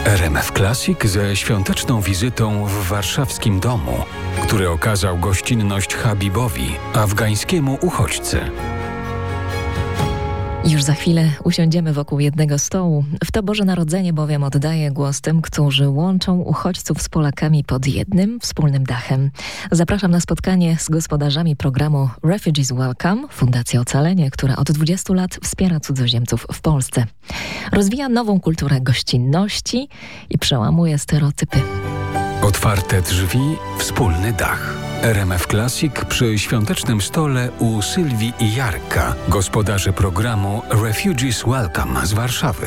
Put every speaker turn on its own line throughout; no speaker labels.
RMF Classic ze świąteczną wizytą w warszawskim domu, który okazał gościnność Habibowi, afgańskiemu uchodźcy.
Już za chwilę usiądziemy wokół jednego stołu. W to Boże Narodzenie bowiem oddaję głos tym, którzy łączą uchodźców z Polakami pod jednym wspólnym dachem. Zapraszam na spotkanie z gospodarzami programu Refugees Welcome, Fundacja Ocalenie, która od 20 lat wspiera cudzoziemców w Polsce. Rozwija nową kulturę gościnności i przełamuje stereotypy.
Otwarte drzwi, wspólny dach. RMF Classic przy świątecznym stole u Sylwii i Jarka, gospodarzy programu Refugees Welcome z Warszawy.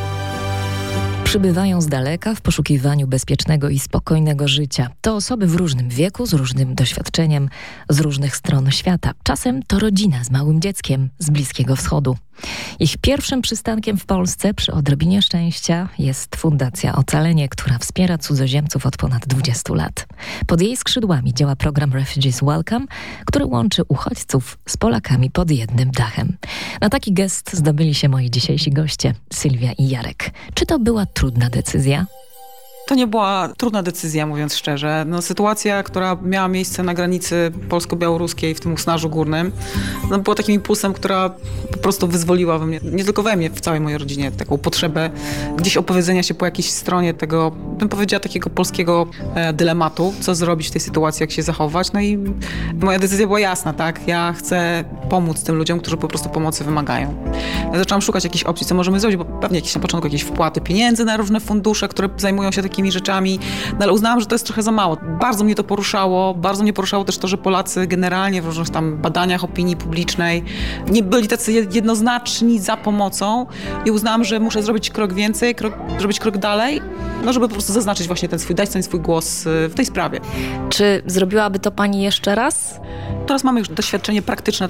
Przybywają z daleka w poszukiwaniu bezpiecznego i spokojnego życia. To osoby w różnym wieku, z różnym doświadczeniem, z różnych stron świata. Czasem to rodzina z małym dzieckiem z Bliskiego Wschodu. Ich pierwszym przystankiem w Polsce przy odrobinie szczęścia jest Fundacja Ocalenie, która wspiera cudzoziemców od ponad 20 lat. Pod jej skrzydłami działa program Refugees Welcome, który łączy uchodźców z Polakami pod jednym dachem. Na taki gest zdobyli się moi dzisiejsi goście, Sylwia i Jarek. Czy to była trudna decyzja?
To nie była trudna decyzja, mówiąc szczerze. Sytuacja, która miała miejsce na granicy polsko-białoruskiej w tym Usnarzu Górnym, była takim impulsem, która po prostu wyzwoliła we mnie, nie tylko we mnie, w całej mojej rodzinie, taką potrzebę gdzieś opowiedzenia się po jakiejś stronie tego, bym powiedziała, takiego polskiego dylematu, co zrobić w tej sytuacji, jak się zachować. No i moja decyzja była jasna, tak? Ja chcę pomóc tym ludziom, którzy po prostu pomocy wymagają. Ja zaczęłam szukać jakichś opcji, co możemy zrobić, bo pewnie na początku jakieś wpłaty pieniędzy na różne fundusze, które zajmują się takimi rzeczami, no ale uznałam, że to jest trochę za mało. Bardzo mnie to poruszało. Bardzo mnie poruszało też to, że Polacy generalnie w różnych tam badaniach opinii publicznej nie byli tacy jednoznaczni za pomocą i uznałam, że muszę zrobić krok więcej, zrobić krok dalej, no żeby po prostu zaznaczyć właśnie ten swój, dać ten swój głos w tej sprawie.
Czy zrobiłaby to pani jeszcze raz?
Teraz mamy już doświadczenie praktyczne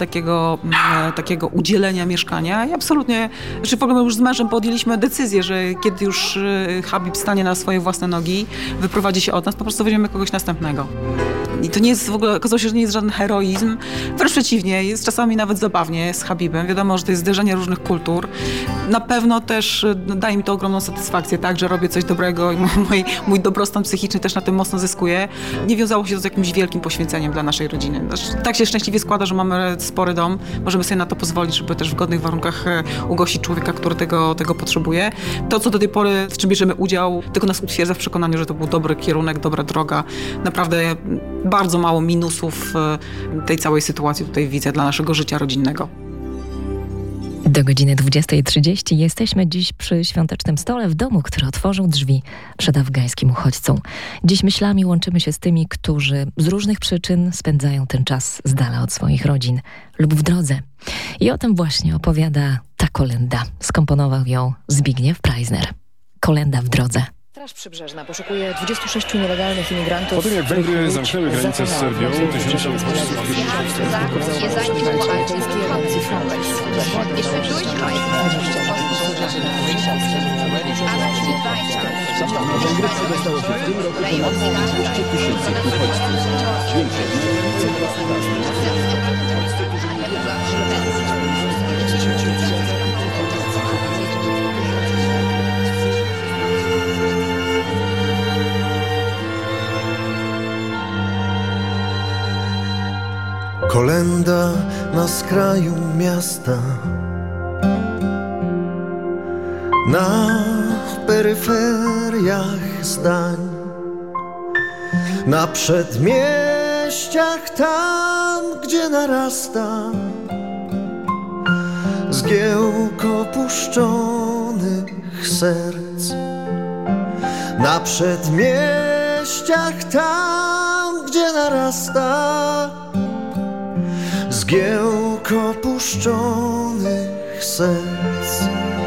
takiego udzielenia mieszkania i absolutnie, w ogóle już z mężem podjęliśmy decyzję, że kiedy już Habib stanie na swoje własne nogi, wyprowadzi się od nas, po prostu weźmiemy kogoś następnego. I to nie jest w ogóle, okazało się, że nie jest żaden heroizm. Wręcz przeciwnie, jest czasami nawet zabawnie z Habibem. Wiadomo, że to jest zderzenie różnych kultur. Na pewno też daje mi to ogromną satysfakcję, tak, że robię coś dobrego i mój dobrostan psychiczny też na tym mocno zyskuje. Nie wiązało się to z jakimś wielkim poświęceniem dla naszej rodziny. Tak się szczęśliwie składa, że mamy spory dom. Możemy sobie na to pozwolić, żeby też w godnych warunkach ugościć człowieka, który tego potrzebuje. To, co do tej pory, w czym bierzemy udział, tylko nas utwierdza w przekonaniu, że to był dobry kierunek, dobra droga. Naprawdę bardzo mało minusów tej całej sytuacji tutaj widzę dla naszego życia rodzinnego.
Do godziny 20:30 jesteśmy dziś przy świątecznym stole w domu, który otworzył drzwi przed afgańskim uchodźcą. Dziś myślami łączymy się z tymi, którzy z różnych przyczyn spędzają ten czas z dala od swoich rodzin lub w drodze. I o tym właśnie opowiada ta kolenda. Skomponował ją Zbigniew Preisner. Kolenda w drodze.
Straż Przybrzeżna poszukuje 26 nielegalnych imigrantów.
Po tym jak Węgry zamknęły granicę z Serbią,
Węgry przedostało się w tym roku ponad 200 000 uchodźców.
Kolenda na skraju miasta, na peryferiach zdań, na przedmieściach tam, gdzie narasta zgiełk opuszczonych serc, na przedmieściach tam, gdzie narasta zgiełk opuszczonych serc.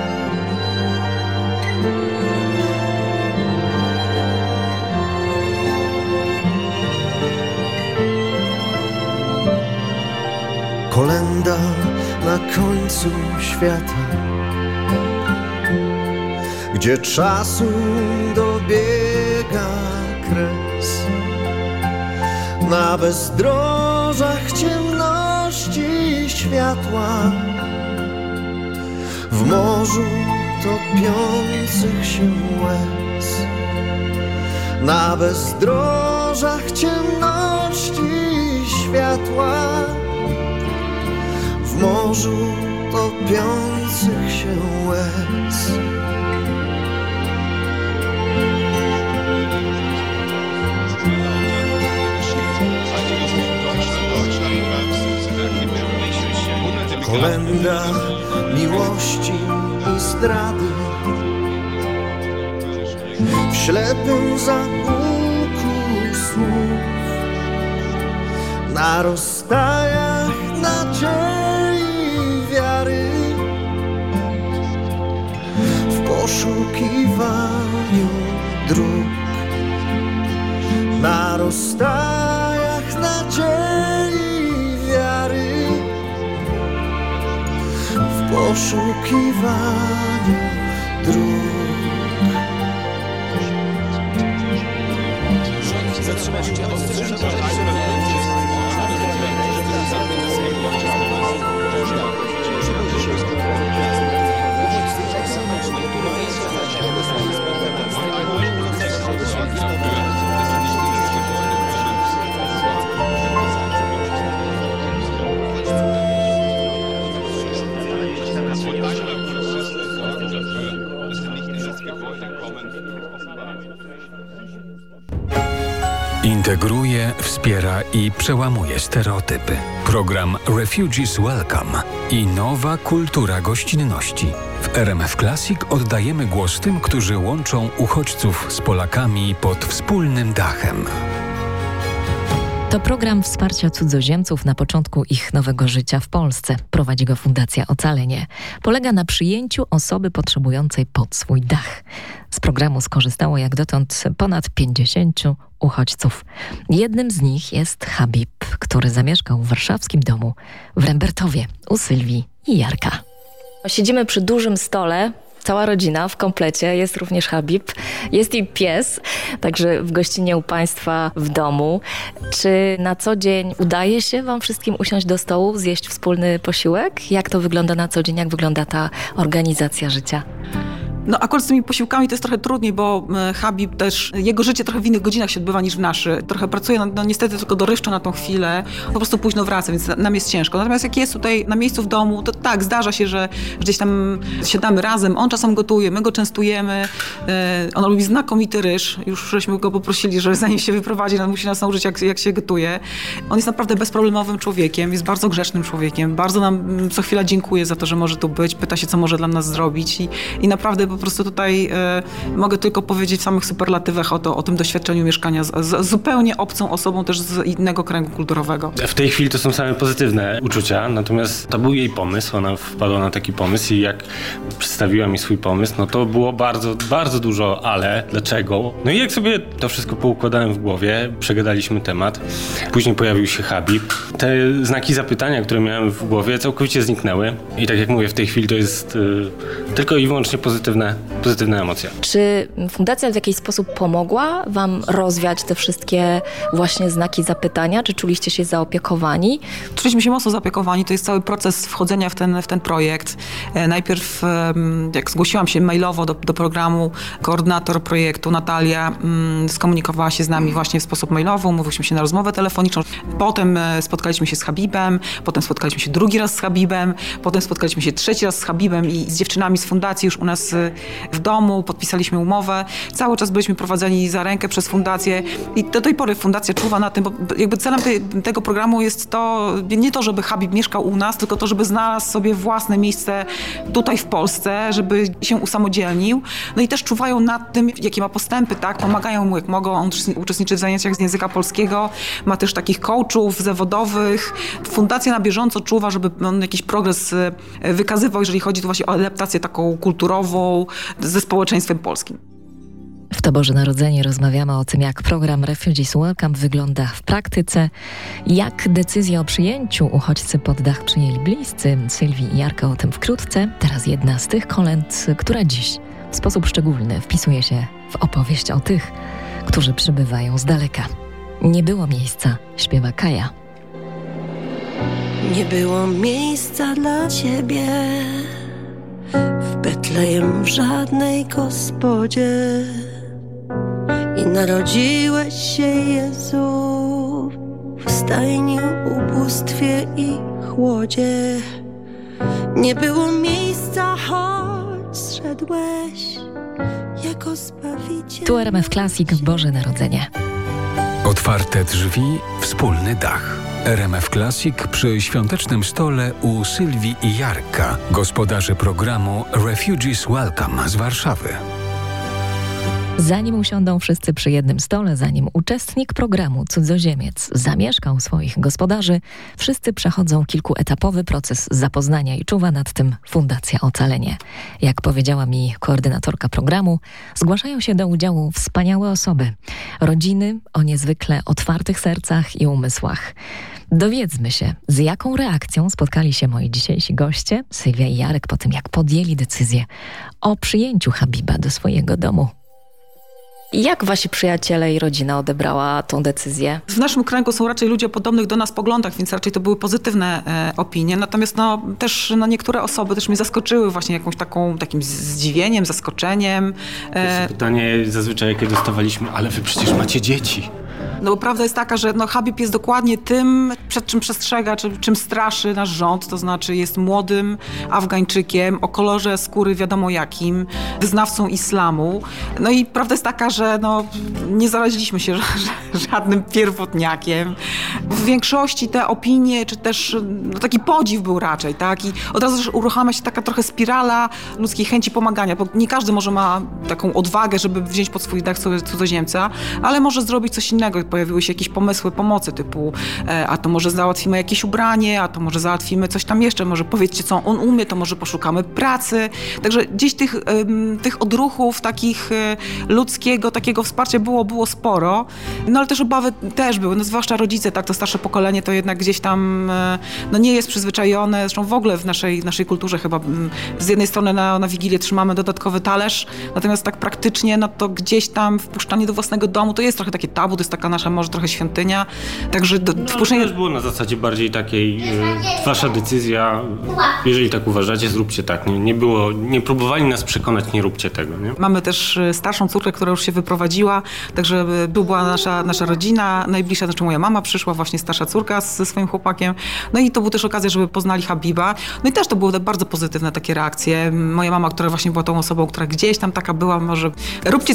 Kolenda na końcu świata, gdzie czasu dobiega kres, na bezdrożach ciemności światła, w morzu topiących się łez. Na bezdrożach ciemności światła, w morzu topiących się łez. Kolenda miłości i zdrady w ślepym zaułku słów, na rozstajach nadziei i wiary, w poszukiwaniu dróg, na rozstajach nadziei i wiary, w poszukiwaniu dróg.
Integruje, wspiera i przełamuje stereotypy. Program Refugees Welcome i nowa kultura gościnności. W RMF Classic oddajemy głos tym, którzy łączą uchodźców z Polakami pod wspólnym dachem.
To program wsparcia cudzoziemców na początku ich nowego życia w Polsce. Prowadzi go Fundacja Ocalenie. Polega na przyjęciu osoby potrzebującej pod swój dach. Z programu skorzystało jak dotąd ponad 50 uchodźców. Jednym z nich jest Habib, który zamieszkał w warszawskim domu w Rembertowie u Sylwii i Jarka. Siedzimy przy dużym stole. Cała rodzina w komplecie, jest również Habib, jest i pies, także w gościnie u Państwa w domu. Czy na co dzień udaje się Wam wszystkim usiąść do stołu, zjeść wspólny posiłek? Jak to wygląda na co dzień, jak wygląda ta organizacja życia?
No akurat z tymi posiłkami to jest trochę trudniej, bo Habib też, jego życie trochę w innych godzinach się odbywa niż w naszy. Trochę pracuje, no niestety tylko dorywczo na tą chwilę, po prostu późno wraca, więc nam jest ciężko. Natomiast jak jest tutaj na miejscu w domu, to tak, zdarza się, że gdzieś tam siadamy razem, on czasem gotuje, my go częstujemy, on lubi znakomity ryż, już żeśmy go poprosili, że zanim się wyprowadzi, no musi nas nauczyć, jak się gotuje. On jest naprawdę bezproblemowym człowiekiem, jest bardzo grzecznym człowiekiem, bardzo nam co chwila dziękuję za to, że może tu być, pyta się, co może dla nas zrobić i naprawdę po prostu tutaj mogę tylko powiedzieć w samych superlatywach o tym doświadczeniu mieszkania z zupełnie obcą osobą, też z innego kręgu kulturowego.
W tej chwili to są same pozytywne uczucia, natomiast to był jej pomysł, ona wpadła na taki pomysł i jak przedstawiła mi swój pomysł, no to było bardzo, bardzo dużo ale, dlaczego. No i jak sobie to wszystko poukładałem w głowie, przegadaliśmy temat, później pojawił się Habib. Te znaki zapytania, które miałem w głowie, całkowicie zniknęły i tak jak mówię, w tej chwili to jest tylko i wyłącznie pozytywne emocje.
Czy fundacja w jakiś sposób pomogła Wam rozwiać te wszystkie właśnie znaki zapytania? Czy czuliście się zaopiekowani?
Czuliśmy się mocno zaopiekowani. To jest cały proces wchodzenia w ten projekt. Najpierw, jak zgłosiłam się mailowo do programu, koordynator projektu Natalia skomunikowała się z nami właśnie w sposób mailowy, umówiliśmy się na rozmowę telefoniczną. Potem spotkaliśmy się z Habibem, potem spotkaliśmy się drugi raz z Habibem, potem spotkaliśmy się trzeci raz z Habibem i z dziewczynami z fundacji już u nas w domu, podpisaliśmy umowę. Cały czas byliśmy prowadzeni za rękę przez fundację i do tej pory fundacja czuwa na tym, bo jakby celem tego programu jest to, nie to, żeby Habib mieszkał u nas, tylko to, żeby znalazł sobie własne miejsce tutaj w Polsce, żeby się usamodzielnił. No i też czuwają nad tym, jakie ma postępy, tak? Pomagają mu jak mogą. On uczestniczy w zajęciach z języka polskiego, ma też takich coachów zawodowych. Fundacja na bieżąco czuwa, żeby on jakiś progres wykazywał, jeżeli chodzi tu właśnie o adaptację taką kulturową ze społeczeństwem polskim.
W to Boże Narodzenie rozmawiamy o tym, jak program Refugees Welcome wygląda w praktyce, jak decyzję o przyjęciu uchodźcy pod dach przyjęli bliscy. Sylwii i Jarka o tym wkrótce. Teraz jedna z tych kolęd, która dziś w sposób szczególny wpisuje się w opowieść o tych, którzy przybywają z daleka. Nie było miejsca, śpiewa Kaja.
Nie było miejsca dla ciebie w Betlejemie. Betlejem w żadnej gospodzie i narodziłeś się, Jezu, w stajni, ubóstwie i chłodzie. Nie było miejsca, choć zszedłeś jako Zbawiciel.
Tu RMF Classic w Boże Narodzenie.
Otwarte drzwi, wspólny dach. RMF Classic przy świątecznym stole u Sylwii i Jarka, gospodarzy programu Refugees Welcome z Warszawy.
Zanim usiądą wszyscy przy jednym stole, zanim uczestnik programu Cudzoziemiec zamieszka u swoich gospodarzy, wszyscy przechodzą kilkuetapowy proces zapoznania i czuwa nad tym Fundacja Ocalenie. Jak powiedziała mi koordynatorka programu, zgłaszają się do udziału wspaniałe osoby, rodziny o niezwykle otwartych sercach i umysłach. Dowiedzmy się, z jaką reakcją spotkali się moi dzisiejsi goście, Sylwia i Jarek, po tym jak podjęli decyzję o przyjęciu Habiba do swojego domu. Jak wasi przyjaciele i rodzina odebrała tą decyzję?
W naszym kręgu są raczej ludzie o podobnych do nas poglądach, więc raczej to były pozytywne opinie. Natomiast też niektóre osoby też mnie zaskoczyły właśnie takim zdziwieniem, zaskoczeniem.
Pytanie zazwyczaj, jakie dostawaliśmy, ale wy przecież macie dzieci.
No bo prawda jest taka, że Habib jest dokładnie tym, przed czym przestrzega, czym straszy nasz rząd, to znaczy jest młodym Afgańczykiem, o kolorze skóry wiadomo jakim, wyznawcą islamu. No i prawda jest taka, że nie zaraziliśmy się żadnym pierwotniakiem. W większości te opinie, czy też taki podziw był raczej, tak? I od razu też uruchamia się taka trochę spirala ludzkiej chęci pomagania, bo nie każdy może ma taką odwagę, żeby wziąć pod swój dach cudzoziemca, ale może zrobić coś innego. Pojawiły się jakieś pomysły pomocy typu a to może załatwimy jakieś ubranie, a to może załatwimy coś tam jeszcze, może powiedzcie, co on umie, to może poszukamy pracy. Także gdzieś tych odruchów takich ludzkiego, takiego wsparcia było sporo, ale też obawy też były, zwłaszcza rodzice, tak, to starsze pokolenie to jednak gdzieś tam nie jest przyzwyczajone, zresztą w ogóle w naszej kulturze chyba z jednej strony na Wigilię trzymamy dodatkowy talerz, natomiast tak praktycznie, to gdzieś tam wpuszczanie do własnego domu to jest trochę takie tabu, to jest taka nasza może trochę świątynia, także wpuszczenie...
To też było na zasadzie bardziej takiej, wasza decyzja, jeżeli tak uważacie, zróbcie tak. Nie próbowali nas przekonać, nie róbcie tego, nie?
Mamy też starszą córkę, która już się wyprowadziła, także była nasza rodzina najbliższa, znaczy moja mama przyszła, właśnie starsza córka ze swoim chłopakiem, i to była też okazja, żeby poznali Habiba. I też to były bardzo pozytywne takie reakcje. Moja mama, która właśnie była tą osobą, która gdzieś tam taka była, może róbcie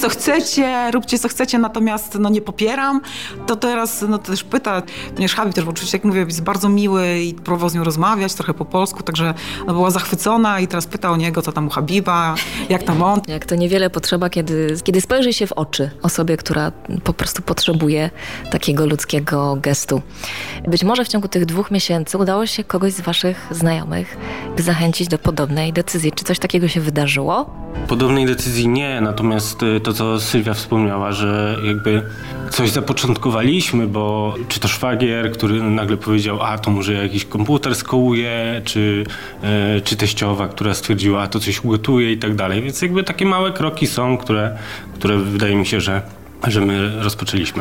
co chcecie, natomiast nie popieram, to teraz to też pyta, ponieważ Habib też oczywiście, jak mówię, jest bardzo miły i próbował z nią rozmawiać trochę po polsku, także była zachwycona i teraz pyta o niego, co tam u Habiba, jak tam on.
Jak to niewiele potrzeba, kiedy spojrzy się w oczy osobie, która po prostu potrzebuje takiego ludzkiego gestu. Być może w ciągu tych 2 miesięcy udało się kogoś z waszych znajomych zachęcić do podobnej decyzji. Czy coś takiego się wydarzyło?
Podobnej decyzji nie, natomiast to, co Sylwia wspomniała, że jakby coś zapoczątkowaliśmy, bo czy to szwagier, który nagle powiedział, to może jakiś komputer skołuje, czy teściowa, która stwierdziła, to coś ugotuje i tak dalej. Więc jakby takie małe kroki są, które wydaje mi się, że my rozpoczęliśmy.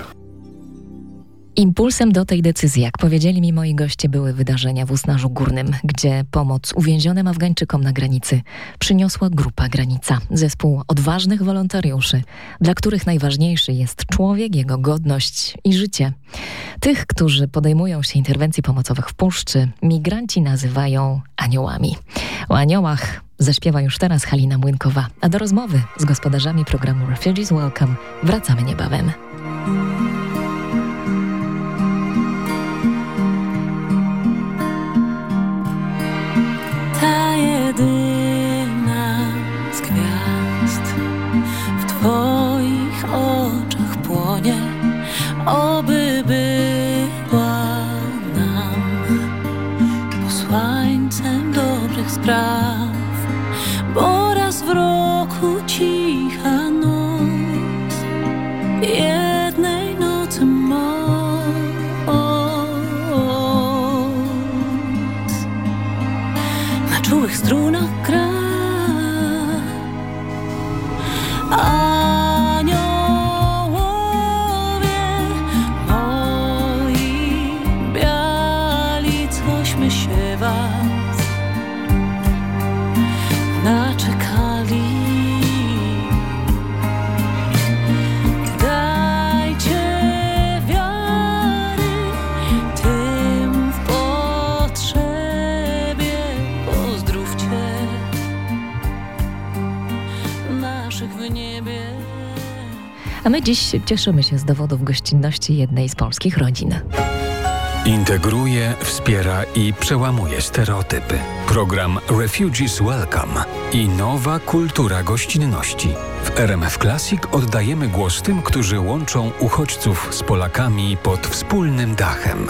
Impulsem do tej decyzji, jak powiedzieli mi moi goście, były wydarzenia w Usnarzu Górnym, gdzie pomoc uwięzionym Afgańczykom na granicy przyniosła Grupa Granica, zespół odważnych wolontariuszy, dla których najważniejszy jest człowiek, jego godność i życie. Tych, którzy podejmują się interwencji pomocowych w puszczy, migranci nazywają aniołami. O aniołach zaśpiewa już teraz Halina Młynkowa, a do rozmowy z gospodarzami programu Refugees Welcome wracamy niebawem.
Jedyna z gwiazd w twoich oczach płonie, oby była nam posłańcem dobrych spraw, bo raz w roku cicha noc, jednej nocy czułych strunach gra. Aniołowie moi biali, cośmy się was naczekali. oczek w niebie.
A my dziś cieszymy się z dowodów gościnności jednej z polskich rodzin.
Integruje, wspiera i przełamuje stereotypy. Program Refugees Welcome i nowa kultura gościnności. W RMF Classic oddajemy głos tym, którzy łączą uchodźców z Polakami pod wspólnym dachem.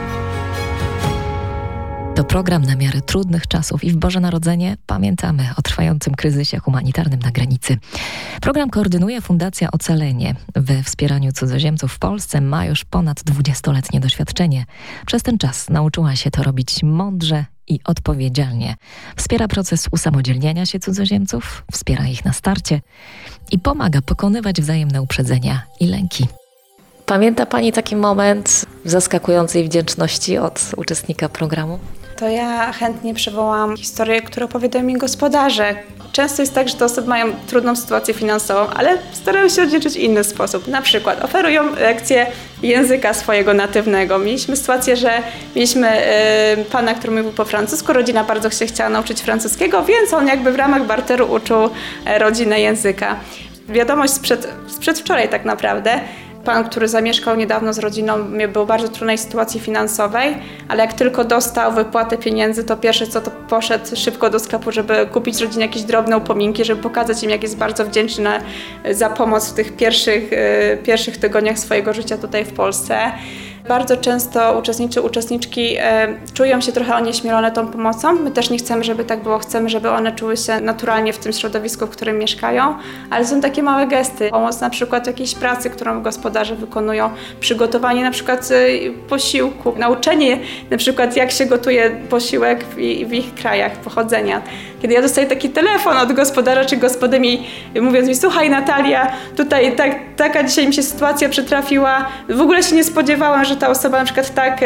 To program na miarę trudnych czasów i w Boże Narodzenie pamiętamy o trwającym kryzysie humanitarnym na granicy. Program koordynuje Fundacja Ocalenie. We wspieraniu cudzoziemców w Polsce ma już ponad 20-letnie doświadczenie. Przez ten czas nauczyła się to robić mądrze i odpowiedzialnie. Wspiera proces usamodzielniania się cudzoziemców, wspiera ich na starcie i pomaga pokonywać wzajemne uprzedzenia i lęki. Pamięta Pani taki moment zaskakującej wdzięczności od uczestnika programu?
To ja chętnie przywołam historię, którą opowiadają mi gospodarze. Często jest tak, że te osoby mają trudną sytuację finansową, ale starają się odwdzięczyć w inny sposób. Na przykład oferują lekcję języka swojego natywnego. Mieliśmy sytuację, że mieliśmy pana, który mówił po francusku, rodzina bardzo się chciała nauczyć francuskiego, więc on jakby w ramach barteru uczył rodzinę języka. Wiadomość sprzed wczoraj tak naprawdę. Pan, który zamieszkał niedawno z rodziną, był w bardzo trudnej sytuacji finansowej, ale jak tylko dostał wypłatę pieniędzy, to pierwsze co to poszedł szybko do sklepu, żeby kupić rodzinie jakieś drobne upominki, żeby pokazać im, jak jest bardzo wdzięczny za pomoc w tych pierwszych tygodniach swojego życia tutaj w Polsce. Bardzo często uczestniczki czują się trochę onieśmielone tą pomocą. My też nie chcemy, żeby tak było. Chcemy, żeby one czuły się naturalnie w tym środowisku, w którym mieszkają. Ale są takie małe gesty. Pomoc na przykład w jakiejś pracy, którą gospodarze wykonują. Przygotowanie na przykład posiłku. Nauczenie na przykład jak się gotuje posiłek w ich krajach pochodzenia. Kiedy ja dostaję taki telefon od gospodarza czy gospodyni, mówiąc mi: słuchaj Natalia, tutaj taka dzisiaj mi się sytuacja przytrafiła. W ogóle się nie spodziewałam, że ta osoba na przykład tak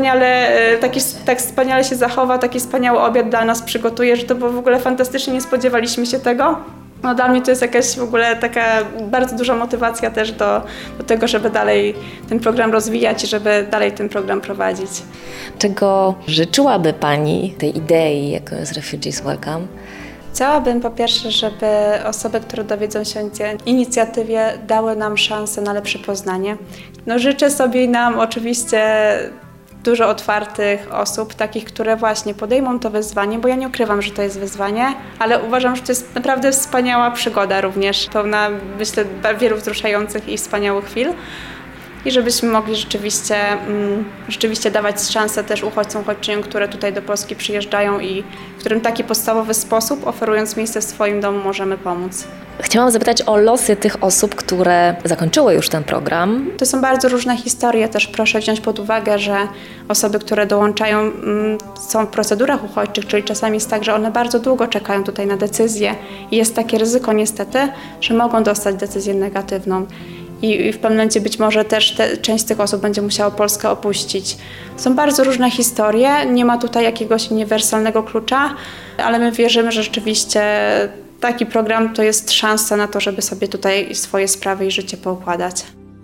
wspaniale się zachowa, taki wspaniały obiad dla nas przygotuje, że to było w ogóle fantastycznie, nie spodziewaliśmy się tego. No dla mnie to jest jakaś w ogóle taka bardzo duża motywacja też do tego, żeby dalej ten program rozwijać i żeby dalej ten program prowadzić.
Czego życzyłaby Pani tej idei, jaką jest Refugees Welcome?
Chciałabym po pierwsze, żeby osoby, które dowiedzą się o inicjatywie, dały nam szansę na lepsze poznanie. No, życzę sobie i nam oczywiście dużo otwartych osób, takich, które właśnie podejmą to wyzwanie, bo ja nie ukrywam, że to jest wyzwanie, ale uważam, że to jest naprawdę wspaniała przygoda również, pełna, myślę, wielu wzruszających i wspaniałych chwil. I żebyśmy mogli rzeczywiście dawać szansę też uchodźcom, uchodźczyniom, które tutaj do Polski przyjeżdżają i którym w taki podstawowy sposób, oferując miejsce w swoim domu, możemy pomóc.
Chciałam zapytać o losy tych osób, które zakończyły już ten program.
To są bardzo różne historie. Też proszę wziąć pod uwagę, że osoby, które dołączają, są w procedurach uchodźczych, czyli czasami jest tak, że one bardzo długo czekają tutaj na decyzję i jest takie ryzyko niestety, że mogą dostać decyzję negatywną. I w pewnym momencie być może też część z tych osób będzie musiała Polskę opuścić. Są bardzo różne historie, nie ma tutaj jakiegoś uniwersalnego klucza, ale my wierzymy, że rzeczywiście taki program to jest szansa na to, żeby sobie tutaj swoje sprawy i życie poukładać.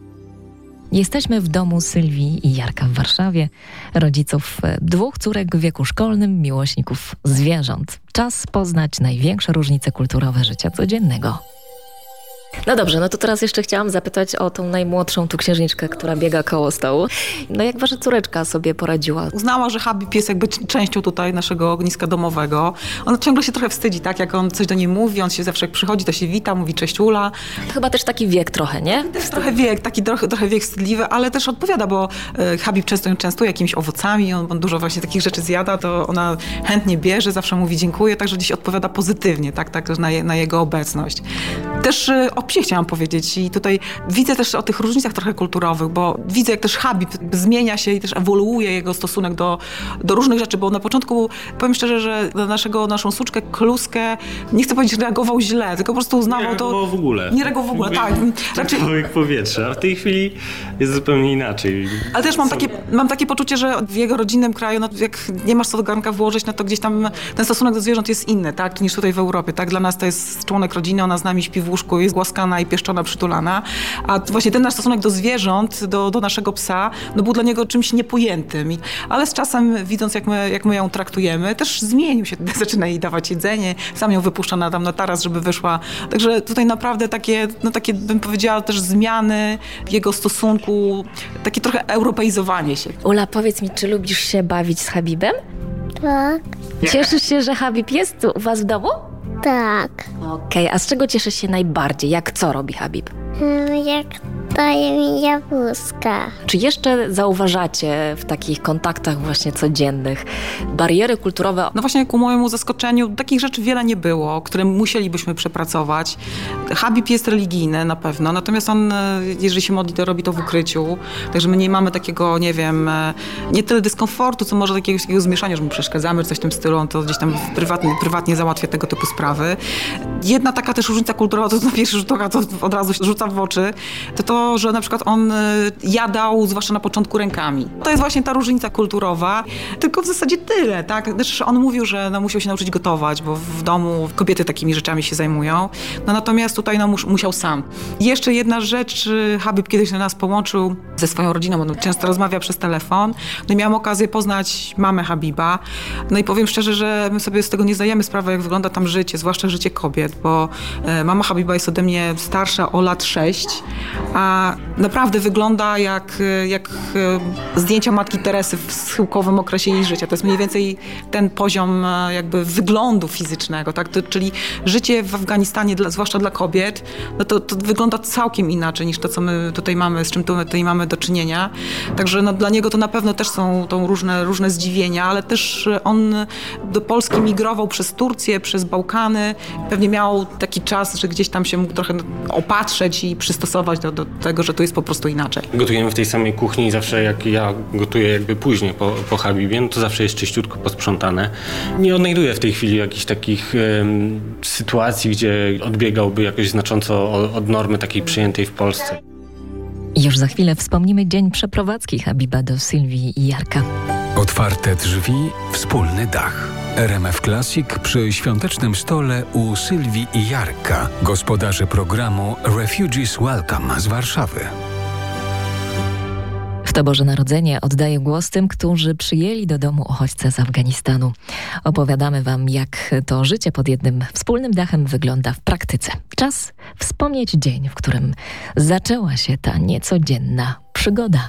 Jesteśmy w domu Sylwii i Jarka w Warszawie, rodziców 2 córek w wieku szkolnym, miłośników zwierząt. Czas poznać największe różnice kulturowe życia codziennego. No dobrze, no to teraz jeszcze chciałam zapytać o tą najmłodszą tu księżniczkę, która biega koło stołu. No jak wasza córeczka sobie poradziła?
Uznała, że Habib jest jakby częścią tutaj naszego ogniska domowego. Ona ciągle się trochę wstydzi, tak? Jak on coś do niej mówi, on się zawsze jak przychodzi, to się wita, mówi cześć Ula.
To chyba też taki wiek trochę, nie?
Też trochę wiek, taki trochę wiek wstydliwy, ale też odpowiada, bo Habib często ją częstuje jakimiś owocami, on dużo właśnie takich rzeczy zjada, to ona chętnie bierze, zawsze mówi dziękuję, także gdzieś odpowiada pozytywnie, tak na jego obecność. Też o psie chciałam powiedzieć i tutaj widzę też o tych różnicach trochę kulturowych, bo widzę, jak też Habib zmienia się i też ewoluuje jego stosunek do różnych rzeczy, bo na początku, powiem szczerze, że na naszą suczkę, kluskę, nie chcę powiedzieć, że reagował źle, tylko po prostu uznawał to...
Nie
reagował w ogóle, tak.
Raczej człowiek powietrza, a w tej chwili jest zupełnie inaczej.
Ale też mam takie poczucie, że w jego rodzinnym kraju, no, jak nie masz co do garnka włożyć, no to gdzieś tam ten stosunek do zwierząt jest inny, tak, niż tutaj w Europie, tak. Dla nas to jest członek rodziny, ona z nami śpi w łóżku, jest głaskana głaskana i pieszczona, przytulana. A właśnie ten nasz stosunek do zwierząt, do naszego psa, no był dla niego czymś niepojętym. Ale z czasem, widząc jak my ją traktujemy, też zmienił się, zaczyna jej dawać jedzenie, sam ją wypuszcza na taras, żeby wyszła. Także tutaj naprawdę takie, bym powiedziała, też zmiany w jego stosunku, takie trochę europeizowanie się.
Ula, powiedz mi, czy lubisz się bawić z Habibem?
Tak.
Cieszysz się, że Habib jest tu u was w domu?
Tak.
Okej, a z czego cieszysz się najbardziej? Jak co robi Habib?
Jak daje mi jabłuszka.
Czy jeszcze zauważacie w takich kontaktach właśnie codziennych bariery kulturowe?
No właśnie ku mojemu zaskoczeniu takich rzeczy wiele nie było, które musielibyśmy przepracować. Habib jest religijny na pewno, natomiast on, jeżeli się modli, to robi to w ukryciu. Także my nie mamy takiego, nie wiem, nie tyle dyskomfortu, co może takiego zmieszania, że mu przeszkadzamy, czy coś w tym stylu. On to gdzieś tam prywatnie załatwia tego typu sprawy. Jedna taka też różnica kulturowa, to na pierwszy rzut oka to od razu się rzuca w oczy, to, że na przykład on jadał, zwłaszcza na początku, rękami. To jest właśnie ta różnica kulturowa, tylko w zasadzie tyle, tak? Też on mówił, że musiał się nauczyć gotować, bo w domu kobiety takimi rzeczami się zajmują. No natomiast tutaj musiał sam. Jeszcze jedna rzecz, Habib kiedyś nas połączył ze swoją rodziną, on często rozmawia przez telefon. No i miałam okazję poznać mamę Habiba. No i powiem szczerze, że my sobie z tego nie zdajemy sprawy, jak wygląda tam życie, zwłaszcza życie kobiet, bo mama Habiba jest ode mnie starsza o lat 6, a naprawdę wygląda jak zdjęcia matki Teresy w schyłkowym okresie jej życia. To jest mniej więcej ten poziom jakby wyglądu fizycznego, tak? Czyli życie w Afganistanie, zwłaszcza dla kobiet, no to wygląda całkiem inaczej niż to, co my tutaj mamy, z czym tutaj mamy do czynienia. Także no, dla niego to na pewno też są różne zdziwienia, ale też on do Polski migrował przez Turcję, przez Bałkany. Pewnie miał taki czas, że gdzieś tam się mógł trochę opatrzeć i przystosować do tego, że tu jest po prostu inaczej.
Gotujemy w tej samej kuchni i zawsze jak ja gotuję jakby później po Habibie, no to zawsze jest czyściutko posprzątane. Nie odnajduję w tej chwili jakichś takich sytuacji, gdzie odbiegałby jakoś znacząco od normy takiej przyjętej w Polsce.
Już za chwilę wspomnimy dzień przeprowadzki Habiba do Sylwii i Jarka.
Otwarte drzwi, wspólny dach. RMF Classic przy świątecznym stole u Sylwii i Jarka, gospodarzy programu Refugees Welcome z Warszawy.
W to Boże Narodzenie oddaję głos tym, którzy przyjęli do domu uchodźcę z Afganistanu. Opowiadamy wam, jak to życie pod jednym wspólnym dachem wygląda w praktyce. Czas wspomnieć dzień, w którym zaczęła się ta niecodzienna przygoda.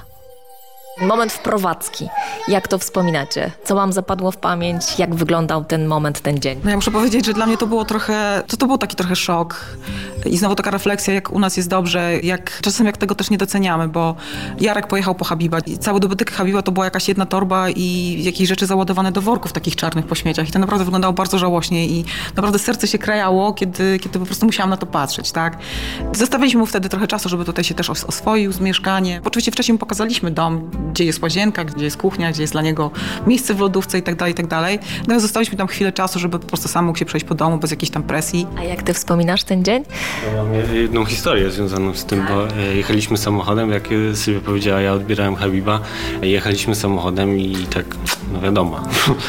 Moment wprowadzki. Jak to wspominacie? Co wam zapadło w pamięć? Jak wyglądał ten moment, ten dzień?
No ja muszę powiedzieć, że dla mnie to było to był taki trochę szok. I znowu taka refleksja, jak u nas jest dobrze, czasem jak tego też nie doceniamy, bo Jarek pojechał po Habiba i cały dobytek Habiba to była jakaś jedna torba i jakieś rzeczy załadowane do worków takich czarnych po śmieciach. I to naprawdę wyglądało bardzo żałośnie i naprawdę serce się krajało, kiedy po prostu musiałam na to patrzeć, tak? Zostawiliśmy mu wtedy trochę czasu, żeby tutaj się też oswoił z mieszkaniem. Oczywiście wcześniej mu pokazaliśmy dom, gdzie jest łazienka, gdzie jest kuchnia, gdzie jest dla niego miejsce w lodówce i tak dalej, i tak dalej. No i zostaliśmy tam chwilę czasu, żeby po prostu sam mógł się przejść po domu bez jakiejś tam presji.
A jak ty wspominasz ten dzień?
Ja mam jedną historię związaną z tym, bo jechaliśmy samochodem, jak Sylwia powiedziała, ja odbierałem Habiba, jechaliśmy samochodem i tak, no wiadomo,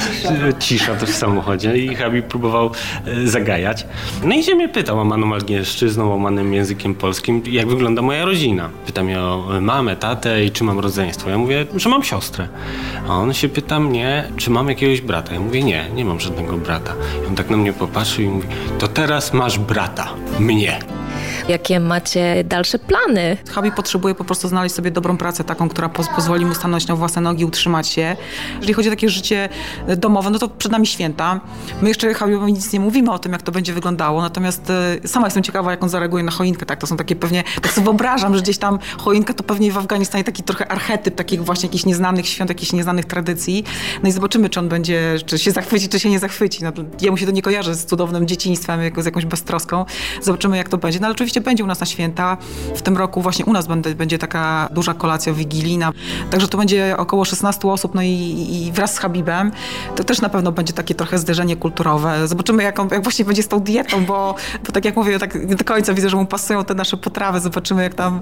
cisza też w samochodzie i Habib próbował zagajać. No i się mnie pytał łamaną angielszczyzną, łamanym językiem polskim, jak wygląda moja rodzina. Pyta mnie o mamę, tatę i czy mam rodzeństwo. Ja mówię, że mam siostrę. A on się pyta mnie, czy mam jakiegoś brata. Ja mówię, nie mam żadnego brata. I on tak na mnie popatrzył i mówi, to teraz masz brata, mnie.
Jakie macie dalsze plany?
Habib potrzebuje po prostu znaleźć sobie dobrą pracę, taką, która pozwoli mu stanąć na własne nogi, utrzymać się. Jeżeli chodzi o takie życie domowe, no to przed nami święta. My jeszcze Habibowi nic nie mówimy o tym, jak to będzie wyglądało, natomiast sama jestem ciekawa, jak on zareaguje na choinkę. Tak? To są takie pewnie, tak sobie wyobrażam, że gdzieś tam choinka to pewnie w Afganistanie taki trochę archetyp takich właśnie jakichś nieznanych świąt, jakichś nieznanych tradycji. No i zobaczymy, czy on będzie, czy się zachwyci, czy się nie zachwyci. No, jemu się to nie kojarzy z cudownym dzieciństwem, z jakąś beztroską. Zobaczymy, jak to będzie. No ale oczywiście będzie u nas na święta. W tym roku właśnie u nas będzie taka duża kolacja wigilijna. Także to będzie około 16 osób, no i wraz z Habibem. To też na pewno będzie takie trochę zderzenie kulturowe. Zobaczymy, jak właśnie będzie z tą dietą, bo tak jak mówię, tak nie do końca widzę, że mu pasują te nasze potrawy. Zobaczymy,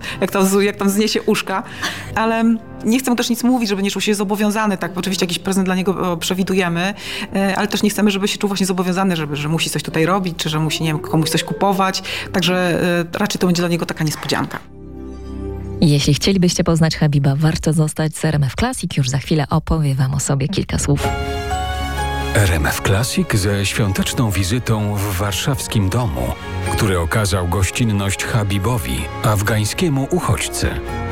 jak tam zniesie uszka. Ale nie chcę mu też nic mówić, żeby nie czuł się zobowiązany. Tak, oczywiście jakiś prezent dla niego przewidujemy, ale też nie chcemy, żeby się czuł właśnie zobowiązany, że musi coś tutaj robić, czy że musi, nie wiem, komuś coś kupować. Także raczej to będzie dla niego taka niespodzianka.
Jeśli chcielibyście poznać Habiba, warto zostać z RMF Classic. Już za chwilę opowie wam o sobie kilka słów.
RMF Classic ze świąteczną wizytą w warszawskim domu, który okazał gościnność Habibowi, afgańskiemu uchodźcy.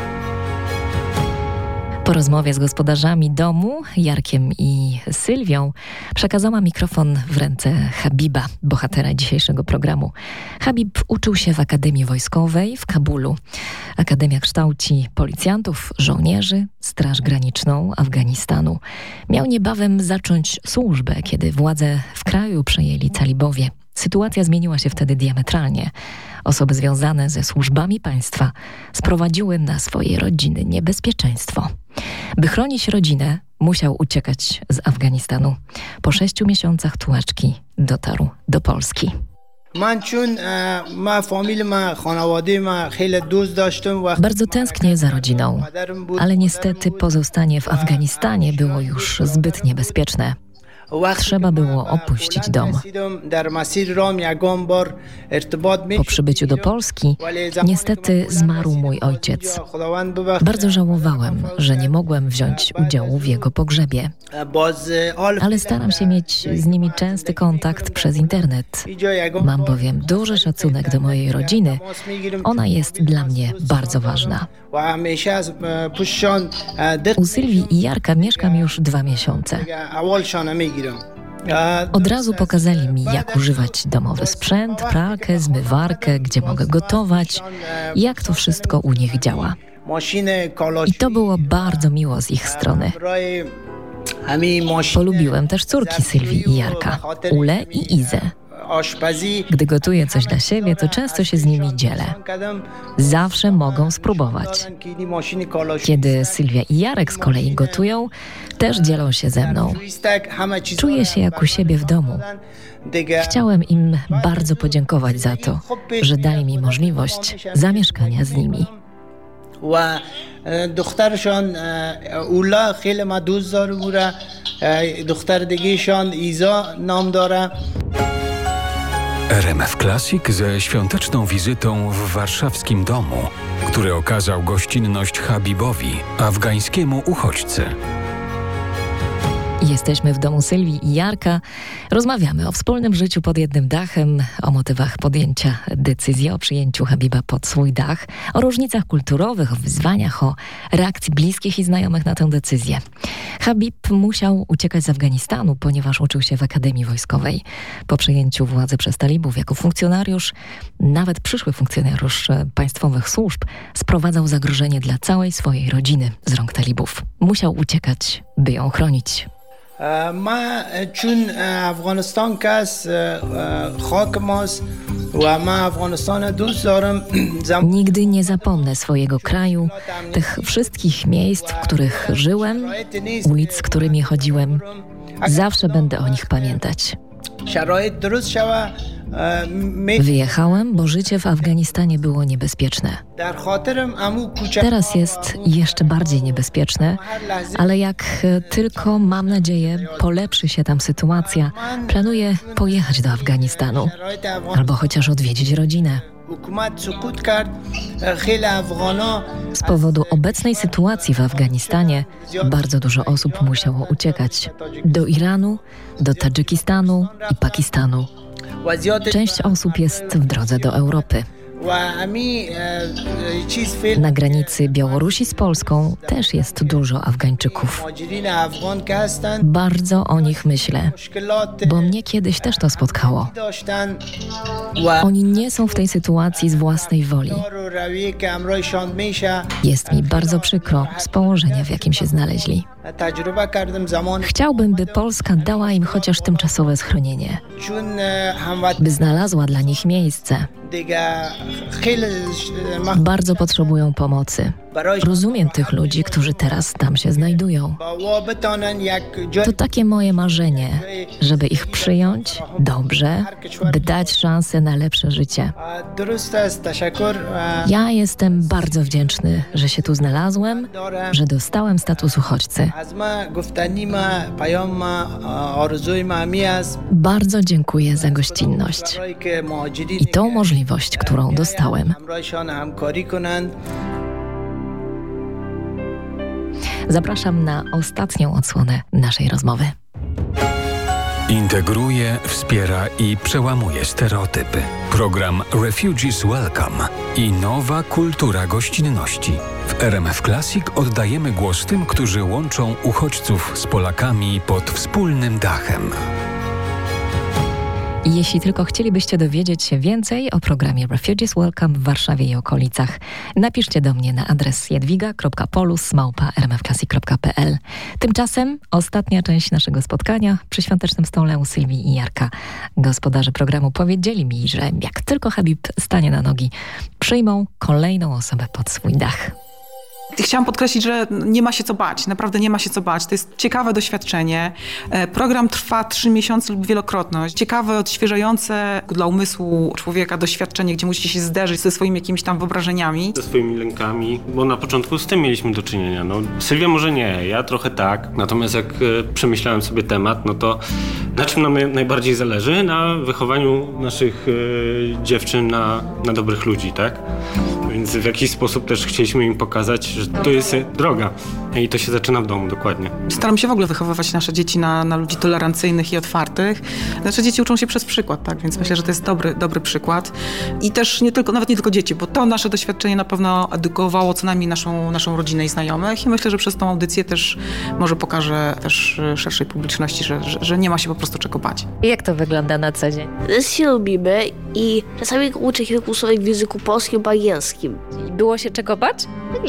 Po rozmowie z gospodarzami domu, Jarkiem i Sylwią, przekazała mikrofon w ręce Habiba, bohatera dzisiejszego programu. Habib uczył się w Akademii Wojskowej w Kabulu. Akademia kształci policjantów, żołnierzy, Straż Graniczną Afganistanu. Miał niebawem zacząć służbę, kiedy władze w kraju przejęli talibowie. Sytuacja zmieniła się wtedy diametralnie. Osoby związane ze służbami państwa sprowadziły na swoje rodziny niebezpieczeństwo. By chronić rodzinę, musiał uciekać z Afganistanu. Po 6 miesiącach tułaczki dotarł do Polski. Bardzo tęsknię za rodziną, ale niestety pozostanie w Afganistanie było już zbyt niebezpieczne. Trzeba było opuścić dom. Po przybyciu do Polski niestety zmarł mój ojciec. Bardzo żałowałem, że nie mogłem wziąć udziału w jego pogrzebie. Ale staram się mieć z nimi częsty kontakt przez internet. Mam bowiem duży szacunek do mojej rodziny. Ona jest dla mnie bardzo ważna. U Sylwii i Jarka mieszkam już 2 miesiące. Od razu pokazali mi, jak używać domowy sprzęt, pralkę, zmywarkę, gdzie mogę gotować, jak to wszystko u nich działa. I to było bardzo miło z ich strony. Polubiłem też córki Sylwii i Jarka, Ulę i Izę. Gdy gotuję coś dla siebie, to często się z nimi dzielę. Zawsze mogą spróbować. Kiedy Sylwia i Jarek z kolei gotują, też dzielą się ze mną. Czuję się jak u siebie w domu. Chciałem im bardzo podziękować za to, że dali mi możliwość zamieszkania z nimi.
دخترشان اولا خیلی ما دوست داره او را دختر دیگه‌شان ایزا نام داره.
RMF Classic ze świąteczną wizytą w warszawskim domu, który okazał gościnność Habibowi, afgańskiemu uchodźcy.
Jesteśmy w domu Sylwii i Jarka. Rozmawiamy o wspólnym życiu pod jednym dachem, o motywach podjęcia decyzji o przyjęciu Habiba pod swój dach, o różnicach kulturowych, o wyzwaniach, o reakcji bliskich i znajomych na tę decyzję. Habib musiał uciekać z Afganistanu, ponieważ uczył się w Akademii Wojskowej. Po przejęciu władzy przez talibów jako funkcjonariusz, nawet przyszły funkcjonariusz państwowych służb, sprowadzał zagrożenie dla całej swojej rodziny z rąk talibów. Musiał uciekać, by ją chronić.
ما چون افغانستان کس خاک ماست و ما افغانستان دوست دارم.
Nigdy nie zapomnę swojego kraju, tych wszystkich miejsc, w których żyłem, ulic, którymi chodziłem. Zawsze będę o nich pamiętać. Wyjechałem, bo życie w Afganistanie było niebezpieczne. Teraz jest jeszcze bardziej niebezpieczne, ale jak tylko, mam nadzieję, polepszy się tam sytuacja, planuję pojechać do Afganistanu albo chociaż odwiedzić rodzinę. Z powodu obecnej sytuacji w Afganistanie bardzo dużo osób musiało uciekać do Iranu, do Tadżykistanu i Pakistanu. Część osób jest w drodze do Europy. Na granicy Białorusi z Polską też jest dużo Afgańczyków. Bardzo o nich myślę, bo mnie kiedyś też to spotkało. Oni nie są w tej sytuacji z własnej woli. Jest mi bardzo przykro z położenia, w jakim się znaleźli. Chciałbym, by Polska dała im chociaż tymczasowe schronienie, by znalazła dla nich miejsce. Bardzo potrzebują pomocy. Rozumiem tych ludzi, którzy teraz tam się znajdują. To takie moje marzenie, żeby ich przyjąć dobrze, by dać szansę na lepsze życie. Ja jestem bardzo wdzięczny, że się tu znalazłem, że dostałem status uchodźcy. Bardzo dziękuję za gościnność i tą możliwość, którą dostałem. Zapraszam na ostatnią odsłonę naszej rozmowy.
Integruje, wspiera i przełamuje stereotypy. Program Refugees Welcome i nowa kultura gościnności. W RMF Classic oddajemy głos tym, którzy łączą uchodźców z Polakami pod wspólnym dachem.
Jeśli tylko chcielibyście dowiedzieć się więcej o programie Refugees Welcome w Warszawie i okolicach, napiszcie do mnie na adres jadwiga.polus@rmfclassic.pl. Tymczasem ostatnia część naszego spotkania przy świątecznym stole u Sylwii i Jarka. Gospodarze programu powiedzieli mi, że jak tylko Habib stanie na nogi, przyjmą kolejną osobę pod swój dach.
Chciałam podkreślić, że nie ma się co bać, naprawdę nie ma się co bać. To jest ciekawe doświadczenie. Program trwa 3 miesiące lub wielokrotność. Ciekawe, odświeżające dla umysłu człowieka doświadczenie, gdzie musicie się zderzyć ze swoimi jakimiś tam wyobrażeniami.
Ze swoimi lękami, bo na początku z tym mieliśmy do czynienia. No, Sylwia może nie, ja trochę tak. Natomiast jak przemyślałem sobie temat, no to na czym nam najbardziej zależy? Na wychowaniu naszych dziewczyn na dobrych ludzi, tak? Więc w jakiś sposób też chcieliśmy im pokazać, że to jest droga i to się zaczyna w domu, dokładnie.
Staram się w ogóle wychowywać nasze dzieci na ludzi tolerancyjnych i otwartych. Nasze dzieci uczą się przez przykład, tak? Więc myślę, że to jest dobry przykład. I też nawet nie tylko dzieci, bo to nasze doświadczenie na pewno edukowało co najmniej naszą rodzinę i znajomych i myślę, że przez tą audycję też może pokażę też szerszej publiczności, że nie ma się po prostu czego bać.
Jak to wygląda na co dzień?
się lubimy i czasami uczę kilku słówek w języku polskim lub angielskim.
Było się czego bać?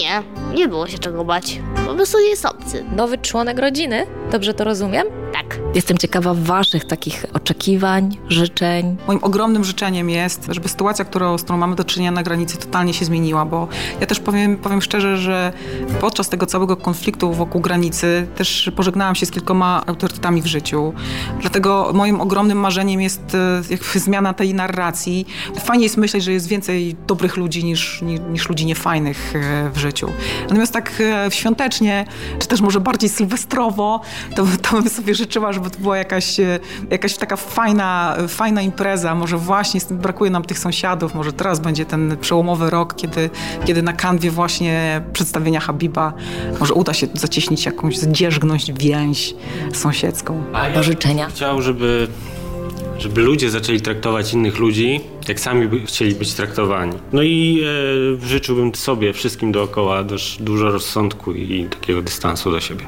Nie było się czego bać. Po prostu jest obcy.
Nowy członek rodziny? Dobrze to rozumiem?
Tak.
Jestem ciekawa waszych takich oczekiwań, życzeń.
Moim ogromnym życzeniem jest, żeby sytuacja, z którą mamy do czynienia na granicy, totalnie się zmieniła, bo ja też powiem szczerze, że podczas tego całego konfliktu wokół granicy też pożegnałam się z kilkoma autorytetami w życiu. Dlatego moim ogromnym marzeniem jest jakby zmiana tej narracji. Fajnie jest myśleć, że jest więcej dobrych ludzi niż ludzi niefajnych w życiu. Natomiast tak świątecznie, czy też może bardziej sylwestrowo, to bym sobie życzyła, żeby to była jakaś taka fajna impreza. Może właśnie brakuje nam tych sąsiadów, może teraz będzie ten przełomowy rok, kiedy na kanwie właśnie przedstawienia Habiba może uda się zacieśnić jakąś, zdzierzgnąć więź sąsiedzką.
Do życzenia.
Chciał, żeby ludzie zaczęli traktować innych ludzi, jak sami by chcieli być traktowani. No i życzyłbym sobie, wszystkim dookoła też dużo rozsądku i takiego dystansu do siebie.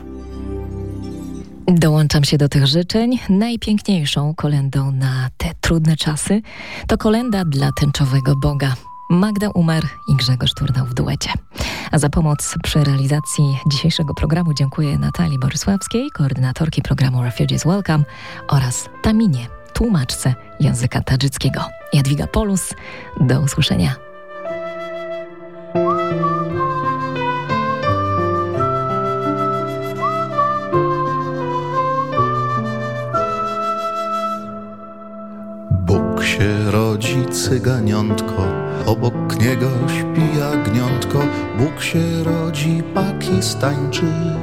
Dołączam się do tych życzeń. Najpiękniejszą kolędą na te trudne czasy to kolenda dla tęczowego Boga. Magda Umer i Grzegorz Turnał w duecie. A za pomoc przy realizacji dzisiejszego programu dziękuję Natalii Borysławskiej, koordynatorki programu Refugees Welcome oraz Taminie, tłumaczce języka tadżyckiego. Jadwiga Polus, do usłyszenia.
Bóg się rodzi cyganiątko, obok niego śpi jagniątko. Bóg się rodzi Pakistańczyk,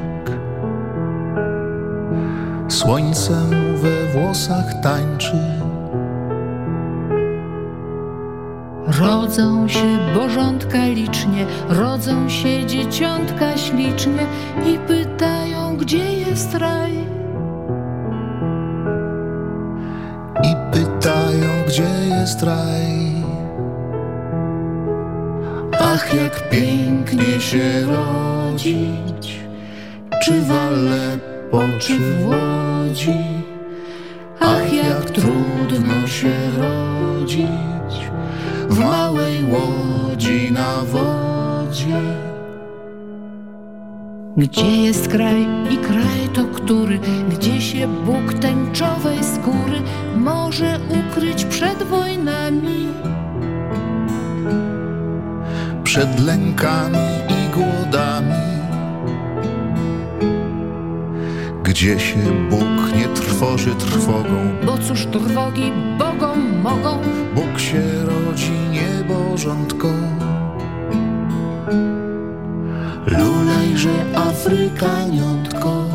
słońcem we włosach tańczy.
Rodzą się bożątka licznie, rodzą się dzieciątka ślicznie i pytają, gdzie jest raj.
I pytają, gdzie jest raj. Ach, jak pięknie się rodzić, czy w Aleppo, czy w Łodzi. Ach, jak trudno się rodzić w małej łodzi na wodzie.
Gdzie jest kraj i kraj to który, gdzie się Bóg tęczowej skóry może ukryć przed wojnami,
przed lękami i głodami. gdzie się Bóg nie trwoży trwogą.
Bo cóż trwogi Bogom mogą?
Bóg się rodzi niebożątką. Lulejże Afrykaniątko.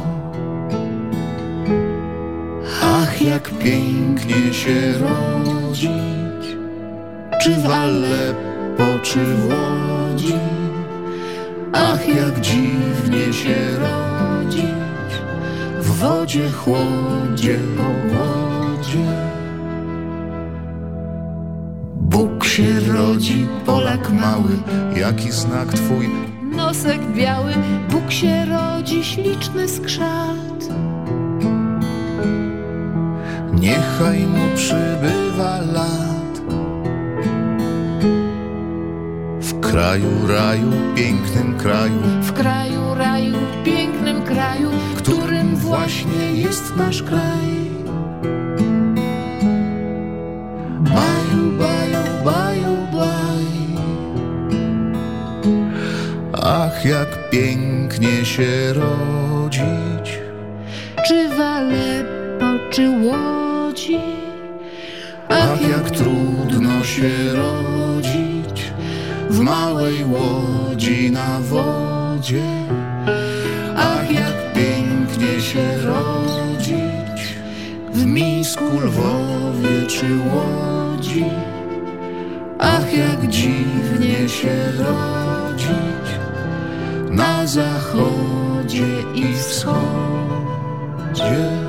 Ach, jak pięknie się rodzić, czy w Aleppo, czy w Łodzi. Ach, jak dziwnie się rodzić w wodzie, chłodzie, obłodzie. Bóg się rodzi, Polak mały, jaki znak twój?
Nosek biały, Bóg się rodzi, śliczny skrzat.
Niechaj mu przybywa lat. W kraju raju, pięknym kraju,
w kraju raju, pięknym kraju,
którym właśnie jest nasz kraj. Baju, baju, baju, baj. Ach, jak pięknie się rodzić,
czy w Aleppo, czy Łodzi.
Ach, jak trudno się rodzić w małej łodzi na wodzie. Ach, jak pięknie się rodzić w Misku, Lwowie czy Łodzi. Ach, jak dziwnie się rodzić na zachodzie i wschodzie.